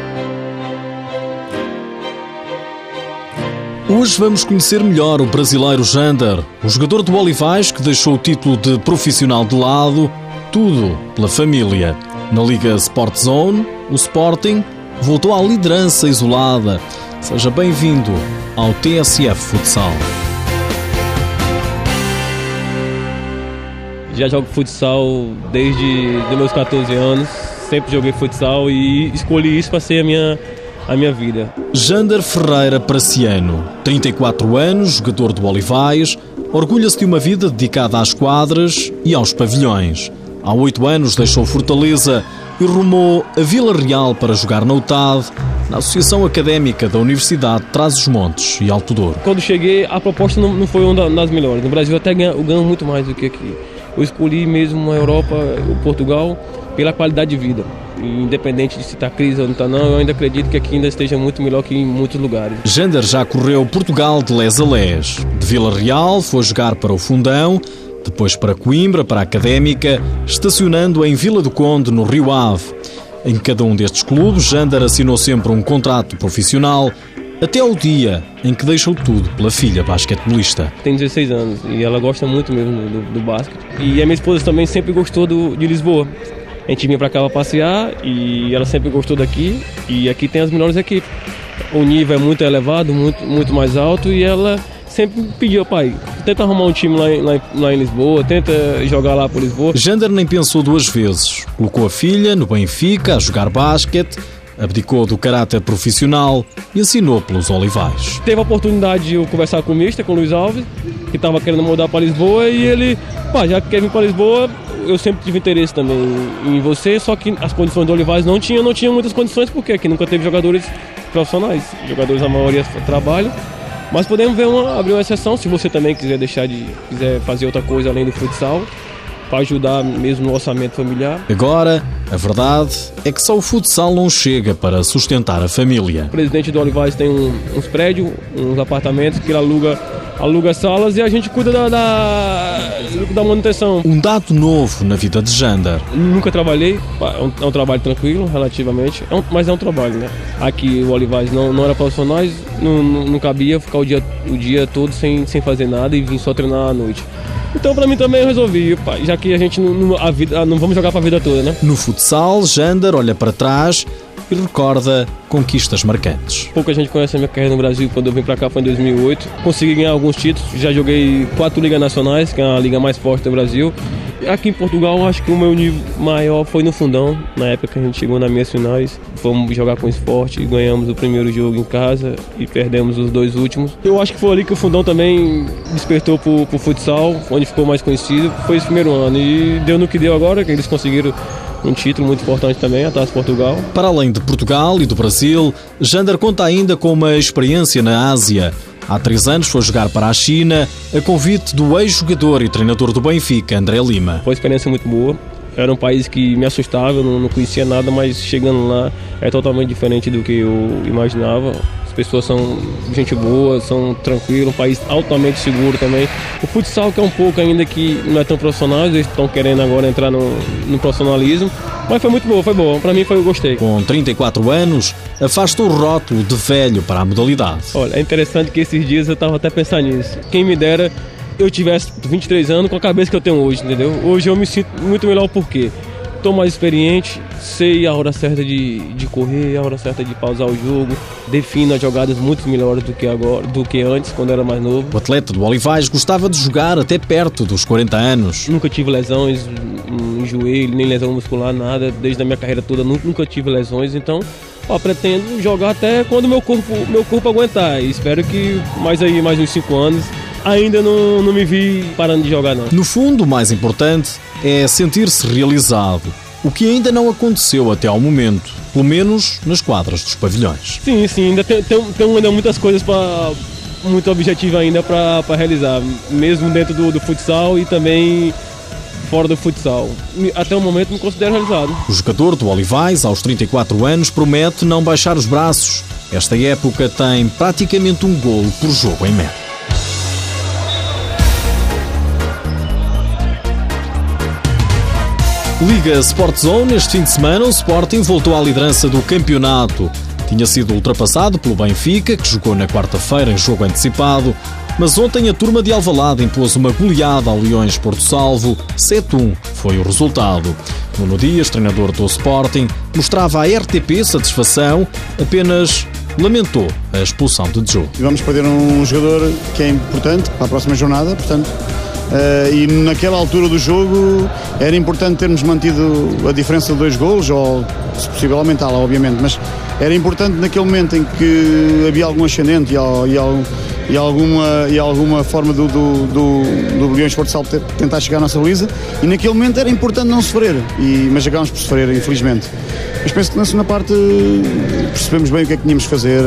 Hoje vamos conhecer melhor o brasileiro Jander, o jogador do Olivais que deixou o título de profissional de lado, tudo pela família. Na Liga Sport Zone, o Sporting voltou à liderança isolada. Seja bem-vindo ao TSF Futsal. Já jogo futsal desde os meus 14 anos, sempre joguei futsal e escolhi isso para ser a minha vida. Jander Ferreira Praciano, 34 anos, jogador do Olivais, orgulha-se de uma vida dedicada às quadras e aos pavilhões. Há 8 anos deixou Fortaleza e rumou a Vila Real para jogar na UTAD, na Associação Académica da Universidade de Trás-os-Montes e Alto Douro. Quando cheguei, a proposta não foi uma das melhores. No Brasil até eu ganho muito mais do que aqui. Eu escolhi mesmo a Europa, o Portugal, pela qualidade de vida. Independente de se está crise ou não está não, eu ainda acredito que aqui ainda esteja muito melhor que em muitos lugares. Jander já correu Portugal de les a les. De Vila Real foi jogar para o Fundão, depois para Coimbra, para a Académica, estacionando em Vila do Conde, no Rio Ave. Em cada um destes clubes, Jander assinou sempre um contrato profissional, até ao dia em que deixou tudo pela filha basquetebolista. Tem 16 anos e ela gosta muito mesmo do basquete. E a minha esposa também sempre gostou de Lisboa. A gente vinha para cá para passear e ela sempre gostou daqui. E aqui tem as melhores equipes. O nível é muito elevado, muito mais alto, e ela sempre pediu: pai, tenta arrumar um time lá em Lisboa, tenta jogar lá por Lisboa. Jander nem pensou duas vezes. Colocou a filha no Benfica a jogar basquete, abdicou do caráter profissional e assinou pelos Olivais. Teve a oportunidade de eu conversar com o mister, com o Luiz Alves, que estava querendo mudar para Lisboa, e ele: já que quer vir para Lisboa, eu sempre tive interesse também em você, só que as condições do Olivais não tinha muitas condições, porque aqui nunca teve jogadores profissionais. Jogadores, a maioria trabalham. Mas podemos abrir uma exceção, se você também quiser quiser fazer outra coisa além do futsal, para ajudar mesmo no orçamento familiar. Agora, a verdade é que só o futsal não chega para sustentar a família. O presidente do Olivais tem uns prédios, uns apartamentos que ele aluga salas, e a gente cuida da manutenção. Um dado novo na vida de Jander. Nunca trabalhei, é um trabalho tranquilo, relativamente, mas é um trabalho, né? Aqui o Olivais não era profissionais, não cabia ficar o dia todo sem fazer nada e vir só treinar à noite. Então, pra mim também eu resolvi, já que a gente não vamos jogar pra vida toda, né? No futsal, Jander olha para trás e recorda conquistas marcantes. Pouca gente conhece a minha carreira no Brasil. Quando eu vim pra cá foi em 2008. Consegui ganhar alguns títulos, já joguei 4 ligas nacionais, que é a liga mais forte do Brasil. Aqui em Portugal, acho que o meu nível maior foi no Fundão, na época que a gente chegou nas minhas finais. Fomos jogar com o Sport, ganhamos o primeiro jogo em casa e perdemos os 2 últimos. Eu acho que foi ali que o Fundão também despertou pro futsal, onde ficou mais conhecido. Foi esse primeiro ano e deu no que deu agora, que eles conseguiram um título muito importante também, a Taça Portugal. Para além de Portugal e do Brasil, Jander conta ainda com uma experiência na Ásia. Há 3 anos foi jogar para a China, a convite do ex-jogador e treinador do Benfica, André Lima. Foi uma experiência muito boa. Era um país que me assustava, eu não conhecia nada, mas chegando lá é totalmente diferente do que eu imaginava. As pessoas são gente boa, são tranquilos, um país altamente seguro também. O futsal, que é um pouco ainda que não é tão profissional, eles estão querendo agora entrar no profissionalismo, mas foi muito bom, foi bom. Para mim eu gostei. Com 34 anos, afasta o rótulo de velho para a modalidade. Olha, é interessante que esses dias eu estava até pensando nisso. Quem me dera eu tivesse 23 anos com a cabeça que eu tenho hoje, entendeu? Hoje eu me sinto muito melhor porque estou mais experiente, sei a hora certa de correr, a hora certa de pausar o jogo, defino as jogadas muito melhores do que antes, quando era mais novo. O atleta do Olivais gostava de jogar até perto dos 40 anos. Nunca tive lesões em joelho, nem lesão muscular, nada. Desde a minha carreira toda nunca tive lesões, então pretendo jogar até quando meu corpo aguentar. E espero que mais uns 5 anos ainda não me vi parando de jogar, não. No fundo, o mais importante é sentir-se realizado, o que ainda não aconteceu até ao momento, pelo menos nas quadras dos pavilhões. Sim, ainda tem ainda muitas coisas muito objetivo ainda para realizar, mesmo dentro do futsal e também fora do futsal. Até o momento me considero realizado. O jogador do Olivais, aos 34 anos, promete não baixar os braços. Esta época tem praticamente um golo por jogo em média. Liga Sport Zone, este fim de semana o Sporting voltou à liderança do campeonato. Tinha sido ultrapassado pelo Benfica, que jogou na quarta-feira em jogo antecipado, mas ontem a turma de Alvalade impôs uma goleada ao Leões Porto Salvo, 7-1 foi o resultado. Nuno Dias, treinador do Sporting, mostrava à RTP satisfação, apenas lamentou a expulsão de Djo. Vamos perder um jogador que é importante para a próxima jornada, portanto, e naquela altura do jogo era importante termos mantido a diferença de 2 golos, ou se possível aumentá-la, obviamente, mas era importante naquele momento em que havia algum ascendente e alguma forma do Leões Porto Salvo tentar chegar à nossa baliza, e naquele momento era importante não sofrer, mas acabámos por sofrer, infelizmente. Mas penso que na segunda parte percebemos bem o que é que tínhamos que fazer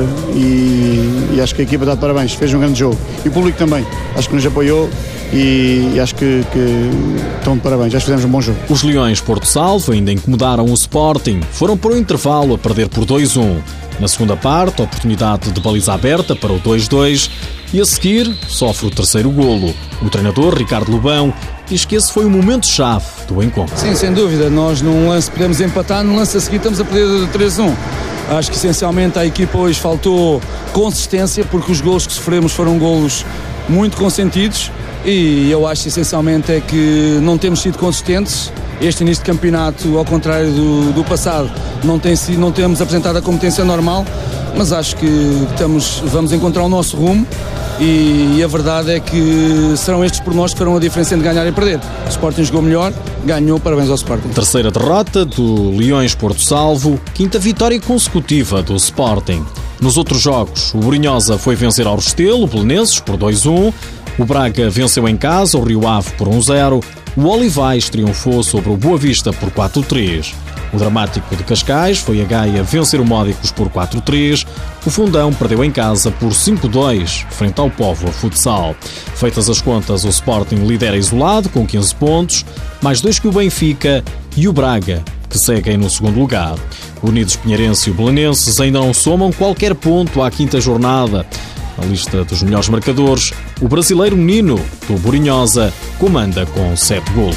e acho que a equipa está de parabéns, fez um grande jogo. E o público também, acho que nos apoiou e acho que estão de parabéns, acho que fizemos um bom jogo. Os Leões Porto Salvo ainda incomodaram o Sporting, foram para o intervalo a perder por 2-1. Na segunda parte, a oportunidade de baliza aberta para o 2-2 e a seguir sofre o terceiro golo. O treinador, Ricardo Lobão, diz que esse foi o momento-chave do encontro. Sim, sem dúvida, nós num lance podemos empatar, no lance a seguir estamos a perder 3-1. Acho que essencialmente à equipa hoje faltou consistência, porque os golos que sofremos foram golos muito consentidos e eu acho essencialmente é que não temos sido consistentes. Este início de campeonato, ao contrário do passado, não temos apresentado a competência normal, mas acho que vamos encontrar o nosso rumo e a verdade é que serão estes pormenores que farão a diferença entre ganhar e perder. O Sporting jogou melhor, ganhou, parabéns ao Sporting. Terceira derrota do Leões Porto Salvo, quinta vitória consecutiva do Sporting. Nos outros jogos, o Borinhosa foi vencer ao Restelo, o Belenenses, por 2-1, o Braga venceu em casa o Rio Ave por 1-0, o Olivais triunfou sobre o Boa Vista por 4-3. O Dramático de Cascais foi a Gaia vencer o Módicos por 4-3. O Fundão perdeu em casa por 5-2, frente ao Póvoa Futsal. Feitas as contas, o Sporting lidera isolado com 15 pontos, mais 2 que o Benfica e o Braga, que seguem no segundo lugar. O Unidos Pinheirense e o Belenenses ainda não somam qualquer ponto à quinta jornada. Na lista dos melhores marcadores, o brasileiro Nino, do Borinhosa, comanda com 7 golos.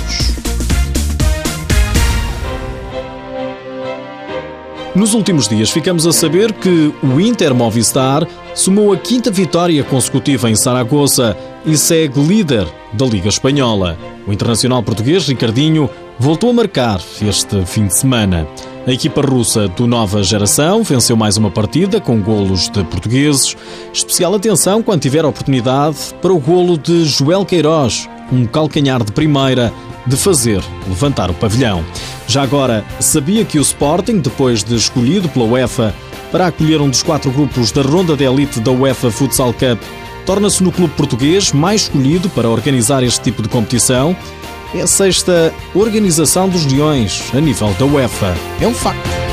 Nos últimos dias ficamos a saber que o Inter Movistar somou a quinta vitória consecutiva em Saragoça e segue líder da Liga Espanhola. O internacional português Ricardinho voltou a marcar este fim de semana. A equipa russa do Nova Geração venceu mais uma partida com golos de portugueses. Especial atenção quando tiver a oportunidade para o golo de Joel Queiroz, um calcanhar de primeira, de fazer levantar o pavilhão. Já agora, sabia que o Sporting, depois de escolhido pela UEFA para acolher um dos 4 grupos da ronda de elite da UEFA Futsal Cup, torna-se no clube português mais escolhido para organizar este tipo de competição? É a 6ª organização dos Leões a nível da UEFA. É um facto.